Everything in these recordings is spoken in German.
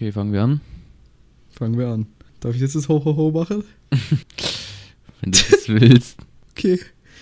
Okay, fangen wir an. Fangen wir an. Darf ich jetzt das Ho-Ho-Ho machen? Wenn du das willst. Okay.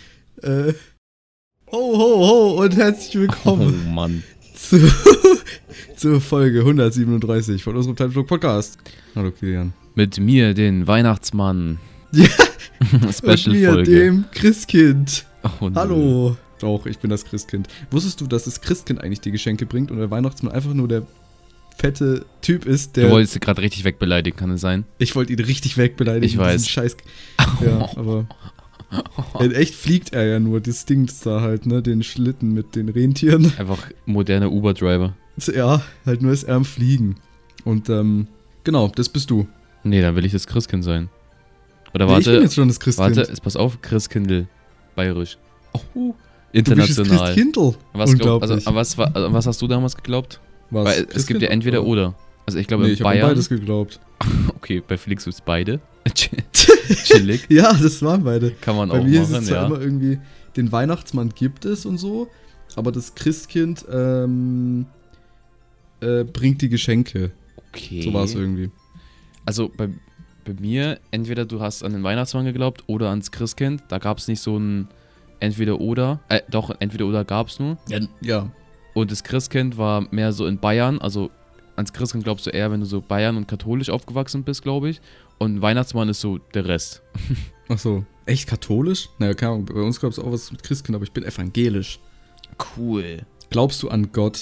Ho-Ho-Ho und herzlich willkommen Oh Mann. zur Folge 137 von unserem Timeflow Podcast. Hallo Kilian. Mit mir, den Weihnachtsmann. Ja. Special-Folge. Und mir, dem Christkind. Oh, Hallo. Doch, ich bin das Christkind. Wusstest du, dass das Christkind eigentlich die Geschenke bringt und der Weihnachtsmann einfach nur der fette Typ ist, der... Du wolltest ihn gerade richtig wegbeleidigen, kann es sein? Ich wollte ihn richtig wegbeleidigen. Ich weiß. Scheiß... Ja, aber... In echt fliegt er ja nur, das Ding da halt, ne, den Schlitten mit den Rentieren. Einfach moderner Uber-Driver. Ja, halt nur ist er am Fliegen. Und, genau, das bist du. Nee, dann will ich das Christkind sein. Oder Nee, warte, ich bin jetzt schon das Christkind. warte, pass auf, Christkindl. Bayerisch. Oh, Du bist das international. Christkindl. Was, was hast du damals geglaubt? Was? Weil es gibt ja entweder oder. Also ich glaube Nee, in ich habe Bayern. beides geglaubt. Okay, bei Felix gibt es beide. Chillig. Ja, das waren beide. Kann man Bei auch mir ist machen, es zwar ja. immer irgendwie, den Weihnachtsmann gibt es und so, aber das Christkind bringt die Geschenke. Okay. So war es irgendwie. Also bei mir, entweder du hast an den Weihnachtsmann geglaubt oder ans Christkind. Da gab es nicht so ein Entweder-Oder. Doch, Entweder-Oder gab es nur. Ja. Und das Christkind war mehr so in Bayern. Also ans Christkind glaubst du eher, wenn du so Bayern und katholisch aufgewachsen bist, glaube ich. Und Weihnachtsmann ist so der Rest. Ach so. Echt katholisch? Naja, keine Ahnung, bei uns gab es auch was mit Christkind, aber ich bin evangelisch. Cool. Glaubst du an Gott?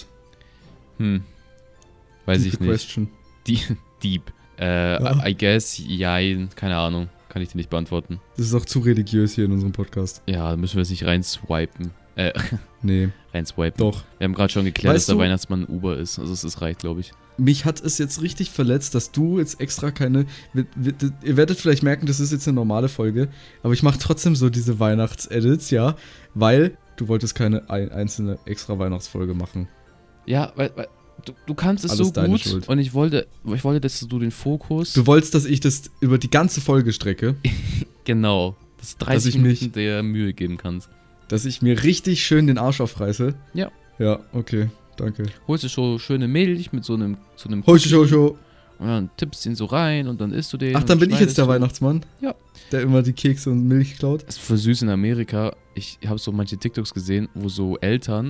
Weiß Deep ich nicht. Question. Deep. Ja. I guess, ja, keine Ahnung. Kann ich dir nicht beantworten. Das ist auch zu religiös hier in unserem Podcast. Ja, da müssen wir jetzt nicht reinswipen. Nee, Reinswipen. doch. Wir haben gerade schon geklärt, Weißt dass der du- Weihnachtsmann ein Uber ist. Also es reicht, glaube ich. Mich hat es jetzt richtig verletzt, dass du jetzt extra keine... Ihr werdet vielleicht merken, das ist jetzt eine normale Folge, aber ich mache trotzdem so diese Weihnachts-Edits, ja, weil du wolltest keine einzelne extra Weihnachtsfolge machen. Ja, weil du kannst es Alles so deine gut Schuld. und ich wollte, dass du den Fokus... Du wolltest, dass ich das über die ganze Folge strecke, Genau. Dass 30 Dass ich Minuten mich- der Mühe geben kannst. dass ich mir richtig schön den Arsch aufreiße. Ja. Ja, okay, danke. Holst du schon schöne Milch mit so einem Ho. und dann tippst ihn so rein und dann isst du den. Ach, und dann bin ich jetzt der schneidest Weihnachtsmann? Ja. Der immer die Kekse und Milch klaut? du. Das ist voll süß in Amerika. Ich habe so manche TikToks gesehen, wo so Eltern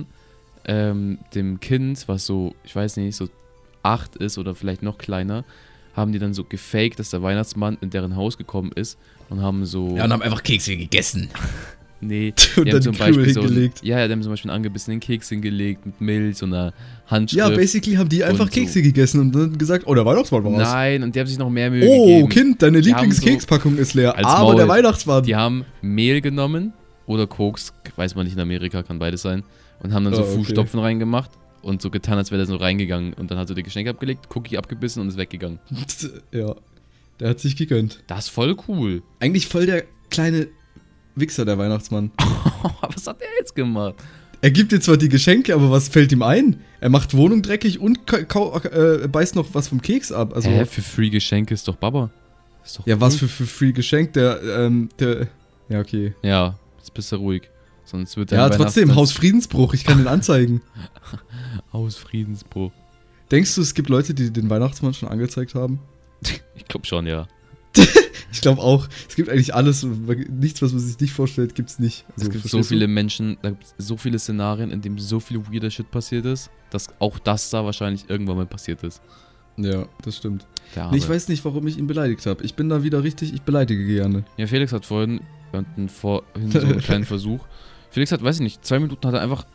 dem Kind, was so, ich weiß nicht, so 8 ist oder vielleicht noch kleiner, haben die dann so gefaked, dass der Weihnachtsmann in deren Haus gekommen ist und haben so... Ja, und haben einfach Kekse gegessen. Nee, Und die dann haben zum die Krümel Beispiel so hingelegt. die haben zum Beispiel einen angebissenen Keks hingelegt mit Milch, so einer Handschrift. Ja, basically haben die einfach und so. Kekse gegessen und dann gesagt, oh, der Weihnachtsmann war was. Nein, und die haben sich noch mehr Mühe Oh, gegeben. Kind, deine Die haben Lieblingskekspackung ist leer, als aber Maul. der Weihnachtsmann. Die haben Mehl genommen oder Koks, weiß man nicht in Amerika, kann beides sein, und haben dann so Ah, okay. Fußstopfen reingemacht und so getan, als wäre der so reingegangen und dann hat er die Geschenke abgelegt, Cookie abgebissen und ist weggegangen. Ja, der hat sich gegönnt. Das ist voll cool. Eigentlich voll der kleine Wichser, der Weihnachtsmann. Was hat er jetzt gemacht? Er gibt dir zwar die Geschenke, aber was fällt ihm ein? Er macht Wohnung dreckig und beißt noch was vom Keks ab. Also, Für Free Geschenke ist doch Baba. Ist doch ja, cool. was für Free Geschenk, der, ja, okay. Ja, jetzt bist du ruhig. Sonst wird Ja, dein trotzdem, Weihnachtsplatz- Haus Friedensbruch, ich kann den anzeigen. Haus Friedensbruch. Denkst du, es gibt Leute, die den Weihnachtsmann schon angezeigt haben? Ich glaube schon, ja. Ich glaube auch. Es gibt eigentlich alles. Nichts, was man sich nicht vorstellt, gibt's nicht. Also, Es gibt so verstehst du? viele Menschen, da gibt es so viele Szenarien, in denen so viel weirder Shit passiert ist, dass auch das da wahrscheinlich irgendwann mal passiert ist. Ja, das stimmt. Der Nee, Arme. ich weiß nicht, warum ich ihn beleidigt habe. Ich bin da wieder richtig, ich beleidige gerne. Ja, Felix hat vorhin, wir hatten vorhin so einen kleinen Versuch. Felix hat, weiß ich nicht, 2 Minuten hat er einfach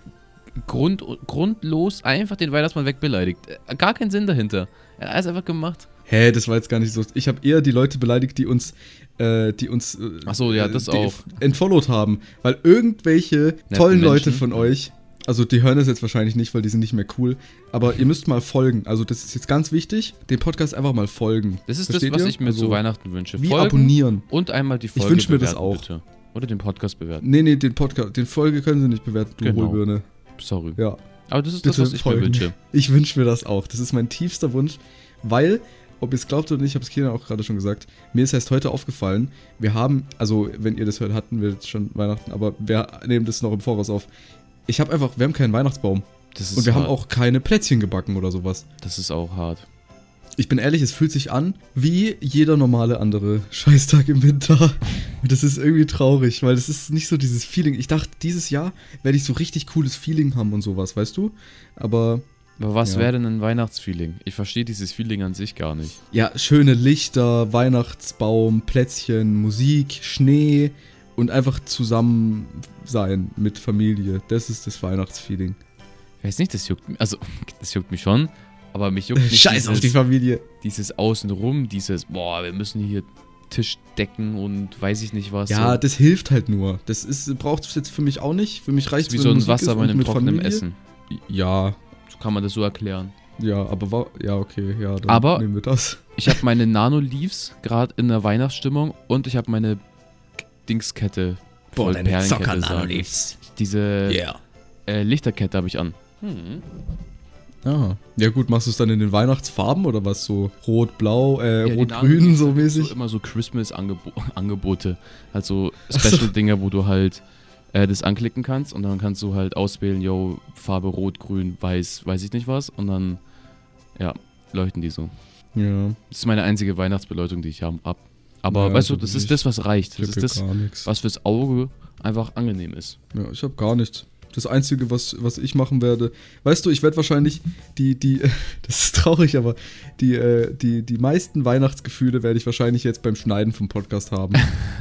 grundlos einfach den Weihnachtsmann wegbeleidigt. Gar keinen Sinn dahinter. Er hat alles einfach gemacht. Hä, das war jetzt gar nicht so. Ich habe eher die Leute beleidigt, die uns Ach so, ja, das auch. entfollowt haben. Weil irgendwelche tollen Leute von euch, also die hören das jetzt wahrscheinlich nicht, weil die sind nicht mehr cool, aber ihr müsst mal folgen. Also das ist jetzt ganz wichtig, den Podcast einfach mal folgen. Das ist Versteht das, was ihr? ich mir Also, zu Weihnachten wünsche. Wie Folgen abonnieren. und einmal die Folge wünsch mir das bewerten, auch. bitte. Oder den Podcast bewerten. Nee, den Podcast, den Folge können sie nicht bewerten, du Genau. Hohlbirne. Sorry. Ja. Aber das ist Bitte das, was ich folgen. mir wünsche. Ich wünsche mir das auch. Das ist mein tiefster Wunsch, weil, ob ihr es glaubt oder nicht, ich habe es Kilian auch gerade schon gesagt, mir ist erst heute aufgefallen, wir haben, also wenn ihr das hört, hatten wir jetzt schon Weihnachten, aber wir nehmen das noch im Voraus auf. Wir haben keinen Weihnachtsbaum. Das ist Und wir haben hart. auch keine Plätzchen gebacken oder sowas. Das ist auch hart. Ich bin ehrlich, es fühlt sich an wie jeder normale andere Scheißtag im Winter. Und das ist irgendwie traurig, weil das ist nicht so dieses Feeling. Ich dachte, dieses Jahr werde ich so richtig cooles Feeling haben und sowas, weißt du? Aber was wäre denn ein Weihnachtsfeeling? Ich verstehe dieses Feeling an sich gar nicht. ja, schöne Lichter, Weihnachtsbaum, Plätzchen, Musik, Schnee und einfach zusammen sein mit Familie. Das ist das Weihnachtsfeeling. Ich weiß nicht, das juckt mich. Also, das juckt mich schon, aber mich juckt nicht Scheiß auf die Familie. dieses Außenrum, dieses, boah, wir müssen hier Tisch decken und weiß ich nicht was. Ja, so. das hilft halt nur. Das braucht es jetzt für mich auch nicht. Für mich reicht Das ist wie so ein Wasser bei einem trockenen Essen. Ja, So kann man das so erklären. ja, aber ja, okay, ja, dann Aber- nehmen wir das. Ich habe meine Nano-Leaves gerade in der Weihnachtsstimmung und ich habe meine Dingskette. voll Perlenkette sagen. Diese Lichterkette habe ich an. Ah. Ja gut, machst du es dann in den Weihnachtsfarben oder was? So rot, blau, Ja, die rot-grün Nano-Leaves so sind mäßig? So immer so Christmas-Angebote. Also Special-Dinger, wo du halt das anklicken kannst und dann kannst du halt auswählen, yo, Farbe rot, grün, weiß, weiß ich nicht was. Und dann, ja, leuchten die so. Ja. Das ist meine einzige Weihnachtsbeleuchtung, die ich habe. Aber Ja, weißt du, also das ist ich- das, was reicht. Ich Das hab ist ja das, gar nichts. was fürs Auge einfach angenehm ist. Ja, ich habe gar nichts. Das Einzige, was ich machen werde, weißt du, ich werde wahrscheinlich das ist traurig, aber die meisten Weihnachtsgefühle werde ich wahrscheinlich jetzt beim Schneiden vom Podcast haben.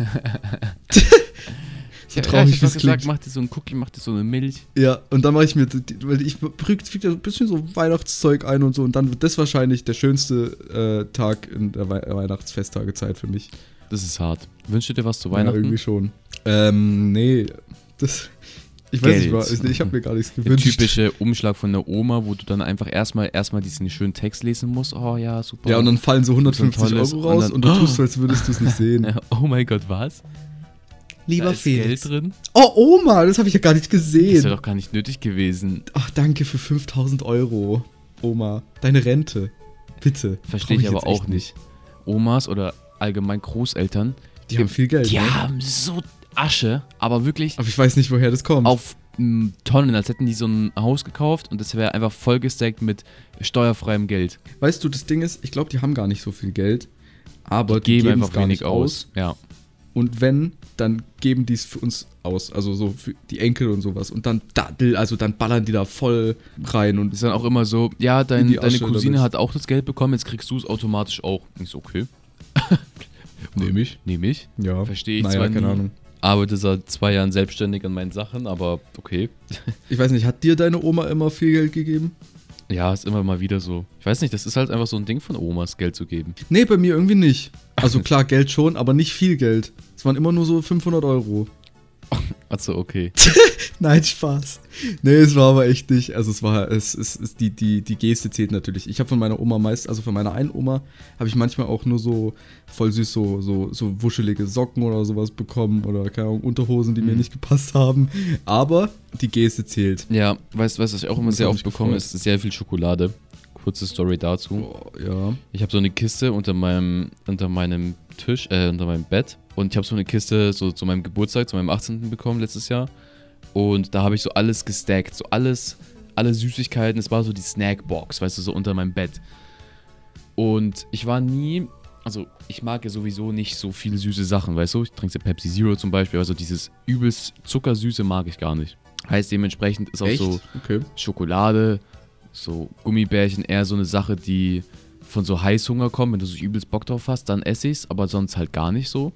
Ich habe traurig, ja, wie's gesagt, klingt. mach dir so einen Cookie, mach dir so eine Milch. Ja, und dann mache ich mir, weil ich füge ja ein bisschen so Weihnachtszeug ein und so und dann wird das wahrscheinlich der schönste Tag in der Weihnachtsfesttagezeit für mich. Das ist hart. Wünschst du dir was zu Ja, Weihnachten? irgendwie schon. Nee, ich weiß nicht, ich habe mir gar nichts Der gewünscht. typische Umschlag von der Oma, wo du dann einfach erstmal diesen schönen Text lesen musst. Oh ja, super. Ja, und dann fallen so 150 tolles- Euro raus und und, dann- du tust so, als würdest du es nicht sehen. Oh mein Gott, was? Da ist Geld drin? Oh, Oma, das habe ich ja gar nicht Das wäre gesehen. doch gar nicht nötig gewesen. Ach, danke für 5000 Euro, Oma. Deine Rente. Bitte. Verstehe Brauch ich aber jetzt echt auch nicht. Omas oder allgemein Großeltern, Die haben viel Geld. die ne? haben so Asche, aber wirklich Aber ich weiß nicht, woher das kommt. auf Tonnen, als hätten die so ein Haus gekauft und das wäre einfach vollgesteckt mit steuerfreiem Geld. Weißt du, das Ding ist, ich glaube, die haben gar nicht so viel Geld. Aber die Geben geben einfach es gar wenig nicht aus. Ja. Und wenn, dann geben die es für uns aus. Also so für die Enkel und sowas. Und dann dann ballern die da voll rein. Und Ist dann auch immer so, ja, In deine die Asche Cousine damit. hat auch das Geld bekommen, jetzt kriegst du es automatisch auch. Ich so, okay. nehme ich. Nehme ich. Ja. Verstehe ich naja, zwar keine nie. Ahnung. Arbeite seit 2 Jahren selbstständig an meinen Sachen, aber okay. Ich weiß nicht, hat dir deine Oma immer viel Geld gegeben? Ja, ist immer mal wieder so. Ich weiß nicht, das ist halt einfach so ein Ding von Omas, Geld zu geben. Nee, bei mir irgendwie nicht. Also klar, Geld schon, aber nicht viel Geld. Es waren immer nur so 500 Euro. Achso, okay. Nein, Spaß. Nee, es war aber echt nicht. Also es ist die Geste zählt natürlich. Ich habe von meiner Oma von meiner einen Oma habe ich manchmal auch nur so voll süß so wuschelige Socken oder sowas bekommen oder keine Ahnung, Unterhosen, die mir nicht gepasst haben. Aber die Geste zählt. Ja, weißt du, was ich auch immer Das sehr hat oft mich bekomme, gefreut. ist sehr viel Schokolade. Kurze Story dazu. Boah, ja. Ich habe so eine Kiste unter meinem Tisch, unter meinem Bett. Und ich habe so eine Kiste so zu meinem Geburtstag, zu meinem 18. bekommen letztes Jahr. Und da habe ich so alles gestackt, so alle Süßigkeiten. Es war so die Snackbox, weißt du, so unter meinem Bett. Und ich war nie, also ich mag ja sowieso nicht so viele süße Sachen, weißt du? Ich trinke ja Pepsi Zero zum Beispiel, also dieses übelst Zuckersüße mag ich gar nicht. Heißt dementsprechend ist auch Echt? so Okay. Schokolade, so Gummibärchen eher so eine Sache, die von so Heißhunger kommt. Wenn du so übelst Bock drauf hast, dann esse ich's, aber sonst halt gar nicht so.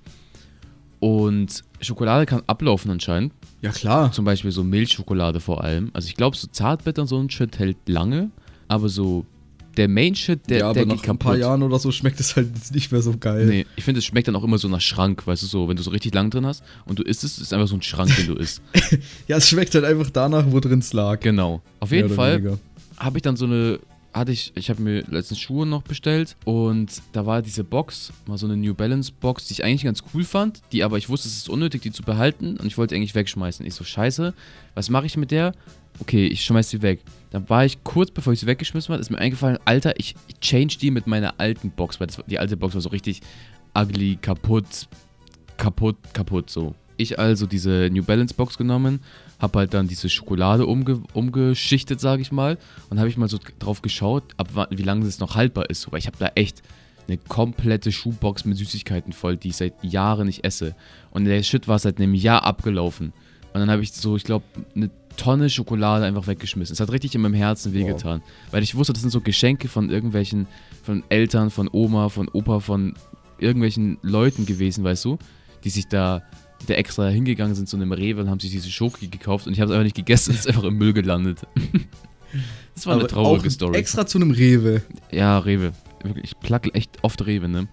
Und Schokolade kann ablaufen anscheinend. Ja, klar. Zum Beispiel so Milchschokolade vor allem. Also ich glaube, so Zartbitter und so ein Shit hält lange, aber so der Main-Shit, der ja, aber geht nach ein kaputt. paar Jahren oder so schmeckt es halt nicht mehr so geil. Nee, ich finde, es schmeckt dann auch immer so nach Schrank, weißt du, so, wenn du so richtig lang drin hast und du isst es, ist einfach so ein Schrank, den du isst. Ja, es schmeckt halt einfach danach, wo drin es lag. Genau. Auf Mehr jeden oder Fall weniger. habe ich dann ich habe mir letztens Schuhe noch bestellt und da war diese Box, mal so eine New Balance Box, die ich eigentlich ganz cool fand, die aber ich wusste, es ist unnötig, die zu behalten und ich wollte die eigentlich wegschmeißen. Ich so, scheiße, was mache ich mit der? Okay, ich schmeiß sie weg. Dann war ich kurz, bevor ich sie weggeschmissen habe, ist mir eingefallen, Alter, ich change die mit meiner alten Box, weil die alte Box war so richtig ugly, kaputt, so. Ich also diese New Balance Box genommen, habe halt dann diese Schokolade umgeschichtet, sage ich mal. Und habe ich mal so drauf geschaut, wie lange das noch haltbar ist. Weil ich habe da echt eine komplette Schuhbox mit Süßigkeiten voll, die ich seit Jahren nicht esse. Und der Shit war seit einem Jahr abgelaufen. Und dann habe ich so, ich glaube, eine Tonne Schokolade einfach weggeschmissen. Es hat richtig in meinem Herzen wehgetan. Weil ich wusste, das sind so Geschenke von irgendwelchen, von Eltern, von Oma, von Opa, von irgendwelchen Leuten gewesen, weißt du, die da extra hingegangen sind zu einem Rewe und haben sich diese Schoki gekauft und ich habe es einfach nicht gegessen, es ist einfach im Müll gelandet. Das war eine traurige Story. Extra zu einem Rewe. Ja, Rewe. Wirklich, ich plagge echt oft Rewe, ne?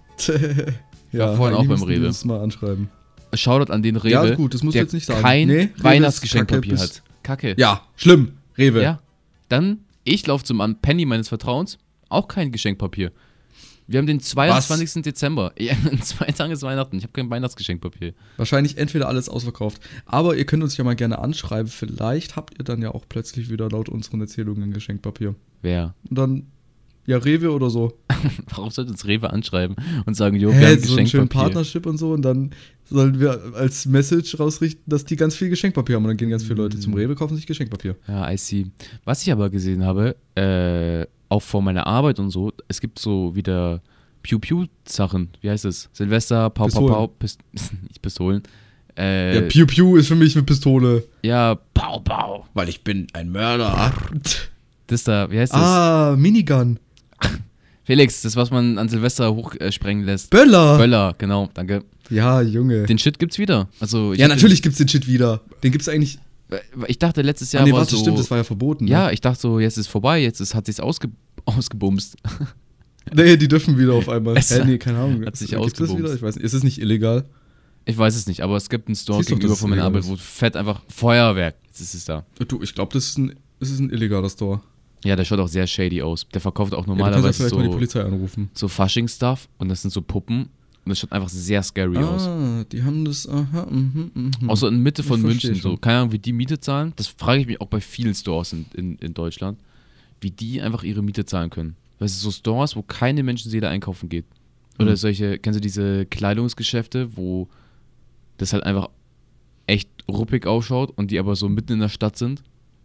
Ja, vorhin auch beim Rewe. Das mal anschreiben. Shoutout an den Rewe, ja, gut, das musst du der jetzt nicht sagen. kein Weihnachtsgeschenkpapier hat. Kacke. Ja, schlimm. Rewe. Ja. Dann, ich laufe zum Penny meines Vertrauens, auch kein Geschenkpapier. Wir haben den 22. Dezember. Ja, in 2 Tagen ist Weihnachten. Ich habe kein Weihnachtsgeschenkpapier. Wahrscheinlich entweder alles ausverkauft. Aber ihr könnt uns ja mal gerne anschreiben. Vielleicht habt ihr dann ja auch plötzlich wieder laut unseren Erzählungen Geschenkpapier. Wer? Und dann, ja, Rewe oder so. Warum sollte uns Rewe anschreiben und sagen, jo, wir haben Geschenkpapier? So einen schönen Partnership und so und dann sollen wir als Message rausrichten, dass die ganz viel Geschenkpapier haben und dann gehen ganz viele Leute zum Rewe, kaufen sich Geschenkpapier. Ja, I see. Was ich aber gesehen habe, auch vor meiner Arbeit und so, es gibt so wieder Piu-Piu-Sachen. Wie heißt es? Silvester, Pau, nicht Pistolen. Ja, Piu-Piu ist für mich eine Pistole. Ja, Pau. Weil ich bin ein Mörder. Das da, wie heißt das? Ah, Minigun. Felix, das, was man an Silvester hochsprengen lässt. Böller, genau, danke. Ja, Junge. Den Shit gibt's wieder. Also, ja, natürlich gibt's den Shit wieder. Den gibt's eigentlich... Ich dachte, letztes Jahr war so... stimmt, das war ja verboten. Ja, ne? Ich dachte so, jetzt ist vorbei, hat sich's ausgebumst. Nee, die dürfen wieder auf einmal. Nee, keine Ahnung. Hat sich Gibt's das ausgebumst. wieder? Ich weiß nicht. Ist es nicht illegal? Ich weiß es nicht, aber es gibt einen Store Siehst doch, gegenüber dass es von meiner illegal Arbeit, ist. wo fett einfach Feuerwerk. Jetzt ist es da. Du, ich glaube, das ist ein illegaler Store. Ja, der schaut auch sehr shady aus. Der verkauft auch Ja, du kannst ja normalerweise vielleicht mal die Polizei anrufen. so Fasching-Stuff und das sind so Puppen und das schaut einfach sehr scary aus. Die haben das, aha, Auch so in Mitte Ich von versteh München, so. schon. Keine Ahnung, wie die Miete zahlen. Das frage ich mich auch bei vielen Stores in Deutschland, wie die einfach ihre Miete zahlen können. Weißt du, so Stores, wo keine Menschenseele einkaufen geht. Oder solche, kennst du diese Kleidungsgeschäfte, wo das halt einfach echt ruppig ausschaut und die aber so mitten in der Stadt sind?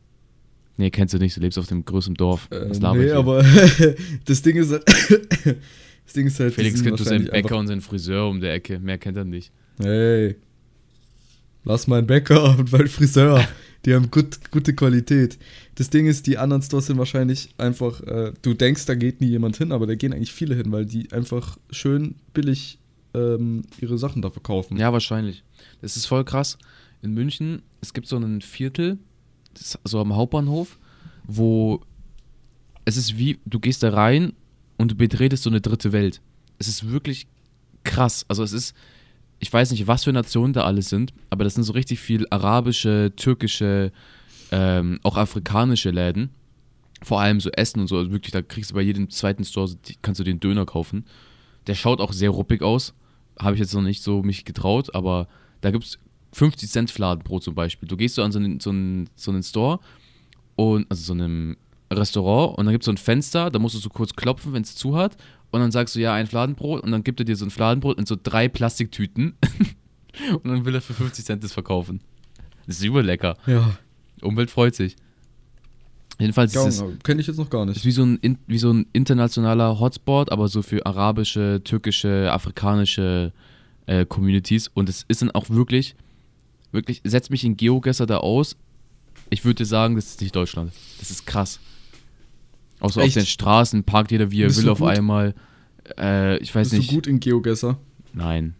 Nee, kennst du nicht, du lebst auf dem größten Dorf. Was laber ich Nee, hier? aber das Ding ist halt... Felix die sind kennt du seinen wahrscheinlich Bäcker und seinen Friseur um der Ecke. Mehr kennt er nicht. Hey, lass meinen Bäcker und meinen Friseur. Die haben gute Qualität. Das Ding ist, die anderen Stores sind wahrscheinlich einfach, du denkst, da geht nie jemand hin, aber da gehen eigentlich viele hin, weil die einfach schön billig ihre Sachen da verkaufen. Ja, wahrscheinlich. Das ist voll krass. In München, es gibt so ein Viertel, das ist so am Hauptbahnhof, wo es ist wie, du gehst da rein und du betretest so eine dritte Welt. Es ist wirklich krass. Also es ist, ich weiß nicht, was für Nationen da alles sind, aber das sind so richtig viel arabische, türkische, auch afrikanische Läden. Vor allem so Essen und so. Also wirklich, da kriegst du bei jedem zweiten Store, kannst du den Döner kaufen. Der schaut auch sehr ruppig aus. Habe ich jetzt noch nicht so mich getraut, aber da gibt es 50 Cent Fladenbrot zum Beispiel. Du gehst so an so einen Store, und, also so einem Restaurant, und dann gibt es so ein Fenster, da musst du so kurz klopfen, wenn es zu hat, und dann sagst du, ja, ein Fladenbrot, und dann gibt er dir so ein Fladenbrot in so 3 Plastiktüten und dann will er für 50 Cent das verkaufen. Das ist überlecker. Ja. Umwelt freut sich. Jedenfalls ist es kenne ich jetzt noch gar ist nicht. wie so ein internationaler Hotspot, aber so für arabische, türkische, afrikanische Communities. Und es ist dann auch wirklich, setzt mich in GeoGuessr da aus. Ich würde sagen, das ist nicht Deutschland. Das ist krass. Auch so auf Echt? den Straßen parkt jeder, wie er Bist will, du auf gut? einmal. Ich weiß Bist nicht. du gut in GeoGuessr? Nein.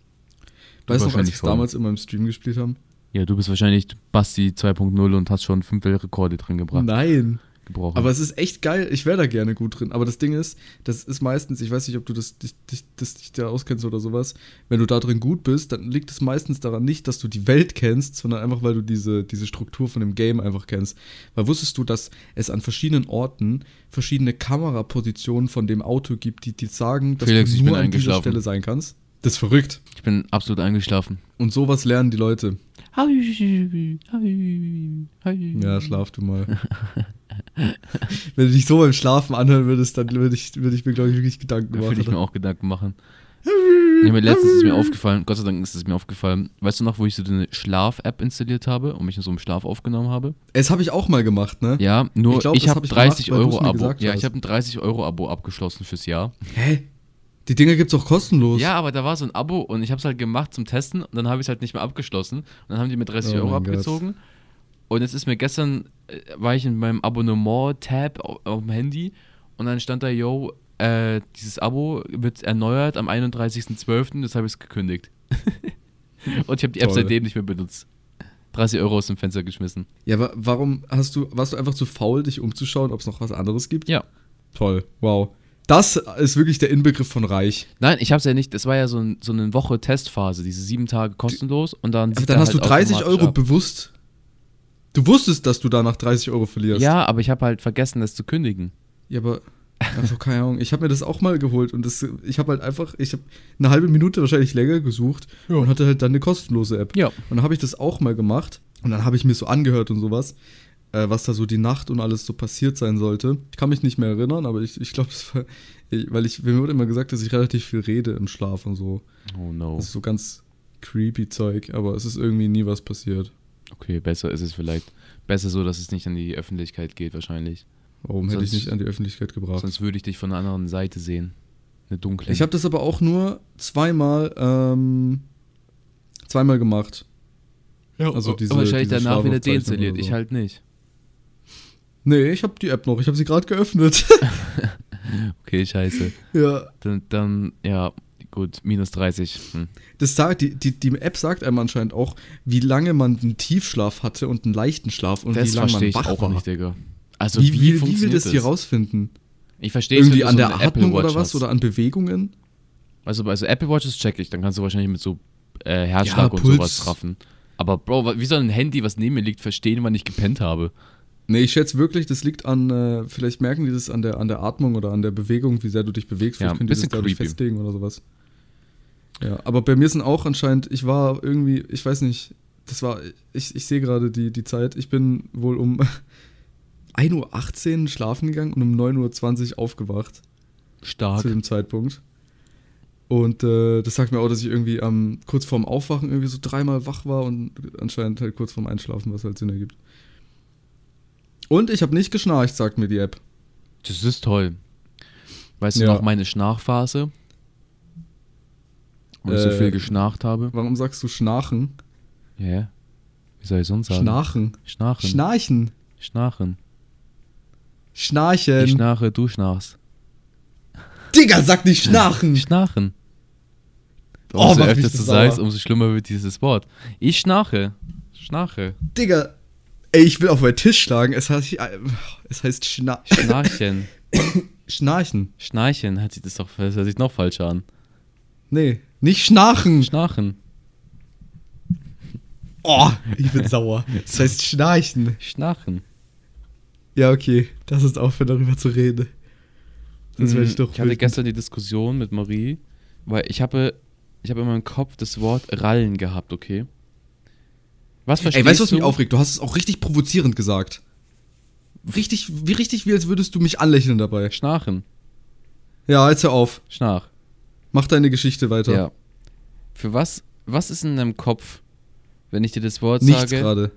Du Weißt du noch, als wahrscheinlich wir es voll. damals in meinem Stream gespielt haben? Ja, du bist wahrscheinlich Basti 2.0 und hast schon 5 Weltrekorde drin gebracht. Nein. Gebrochen. Aber es ist echt geil. Ich wäre da gerne gut drin. Aber das Ding ist, das ist meistens, ich weiß nicht, ob du dich da auskennst oder sowas. Wenn du da drin gut bist, dann liegt es meistens daran nicht, dass du die Welt kennst, sondern einfach, weil du diese Struktur von dem Game einfach kennst. Weil wusstest du, dass es an verschiedenen Orten verschiedene Kamerapositionen von dem Auto gibt, die dir sagen, dass Felix, ich du bin nur an dieser eingeschlafen. Stelle sein kannst? Das ist verrückt. Ich bin absolut eingeschlafen. Und sowas lernen die Leute. Ja, schlaf du mal. Wenn du dich so beim Schlafen anhören würdest, dann würde ich mir, glaube ich, wirklich Gedanken Da machen. würde ich mir auch Gedanken machen. Ja, mir letztens ist mir aufgefallen, Gott sei Dank ist es mir aufgefallen, weißt du noch, wo ich so eine Schlaf-App installiert habe und mich in so einem Schlaf aufgenommen habe? Das habe ich auch mal gemacht, ne? Ja, nur ich habe 30 Euro Abo. Ja, hast. ich habe ein 30 Euro Abo abgeschlossen fürs Jahr. Hä? Die Dinger gibt's auch kostenlos. Ja, aber da war so ein Abo und ich habe es halt gemacht zum Testen und dann habe ich es halt nicht mehr abgeschlossen. Und dann haben die mir 30 Euro abgezogen. Und jetzt ist mir gestern, war ich in meinem Abonnement-Tab auf dem Handy und dann stand da, yo, dieses Abo wird erneuert am 31.12., das habe ich gekündigt. Und ich habe die App seitdem nicht mehr benutzt. 30 Euro aus dem Fenster geschmissen. Ja, aber warst du einfach zu faul, dich umzuschauen, ob es noch was anderes gibt? Ja. Toll, wow. Das ist wirklich der Inbegriff von reich. Nein, ich hab's ja nicht, das war ja so eine Woche Testphase, diese 7 Tage kostenlos und dann... Aber dann hast du 30 Euro bewusst... Du wusstest, dass du danach 30 Euro verlierst. Ja, aber ich habe halt vergessen, das zu kündigen. Ja, aber... Also keine Ahnung, ich habe mir das auch mal geholt und ich habe eine halbe Minute wahrscheinlich länger gesucht und hatte halt dann eine kostenlose App. Ja. Und dann habe ich das auch mal gemacht und dann habe ich mir so angehört und sowas, was da so die Nacht und alles so passiert sein sollte. Ich kann mich nicht mehr erinnern, aber ich glaube, das war, mir wurde immer gesagt, dass ich relativ viel rede im Schlaf und so. Oh no. Das ist so ganz creepy Zeug, aber es ist irgendwie nie was passiert. Okay, besser ist es vielleicht. Besser so, dass es nicht an die Öffentlichkeit geht wahrscheinlich. Warum hätte ich nicht an die Öffentlichkeit gebracht? Sonst würde ich dich von einer anderen Seite sehen. Eine dunkle. Ich habe das aber auch nur zweimal gemacht. Ja, also und wahrscheinlich danach wieder deinstalliert. So. Ich halt nicht. Nee, ich habe die App noch. Ich habe sie gerade geöffnet. Okay, scheiße. Ja. Dann, ja, gut, minus 30. Das sagt, die App sagt einem anscheinend auch, wie lange man einen Tiefschlaf hatte und einen leichten Schlaf und das wie lange man wach war. Das verstehe ich auch nicht, Digga. Also wie will das hier rausfinden? Ich verstehe irgendwie an der Atmung oder was? Oder an Bewegungen? Also Apple Watches check ich, dann kannst du wahrscheinlich mit so Herzschlag und sowas raffen. Aber Bro, wie soll ein Handy, was neben mir liegt, verstehen, wann ich gepennt habe? Nee, ich schätze wirklich, das liegt an, vielleicht merken die das an der Atmung oder an der Bewegung, wie sehr du dich bewegst. Vielleicht können die das dadurch festlegen oder sowas. Ja, aber bei mir sind auch anscheinend, ich war irgendwie, ich weiß nicht, ich sehe gerade die Zeit, ich bin wohl um 1:18 Uhr schlafen gegangen und um 9:20 Uhr aufgewacht. Stark. Zu dem Zeitpunkt. Und das sagt mir auch, dass ich irgendwie kurz vorm Aufwachen irgendwie so 3-mal wach war und anscheinend halt kurz vorm Einschlafen, was halt Sinn ergibt. Und ich habe nicht geschnarcht, sagt mir die App. Das ist toll. Weißt du noch meine Schnarchphase? Wo ich so viel geschnarcht habe? Warum sagst du Schnarchen? Ja. Wie soll ich sonst sagen? Schnarchen. Schnarchen. Schnarchen. Ich schnarche, du schnarchst. Digga, sag nicht Schnarchen. Schnarchen. Umso öfter du sagst, umso schlimmer wird dieses Wort. Ich schnarche. Digga, ey, ich will auf meinen Tisch schlagen. Es heißt Schnarchen. Schnarchen. Schnarchen, das hört sich noch falsch an. Nee, nicht Schnarchen. Schnarchen. Oh, ich bin sauer. Das heißt Schnarchen. Schnarchen. Ja, okay. Lass uns aufhören, darüber zu reden. Das werde ich doch. Ich hatte gestern die Diskussion mit Marie, weil ich habe in meinem Kopf das Wort Rallen gehabt, okay? Was verstehst du? Weißt du, was mich aufregt? Du hast es auch richtig provozierend gesagt. Wie als würdest du mich anlächeln dabei. Schnarchen. Ja, jetzt hör auf. Schnarch. Mach deine Geschichte weiter. Ja. Für was ist in deinem Kopf, wenn ich dir das Wort Nichts sage? gerade.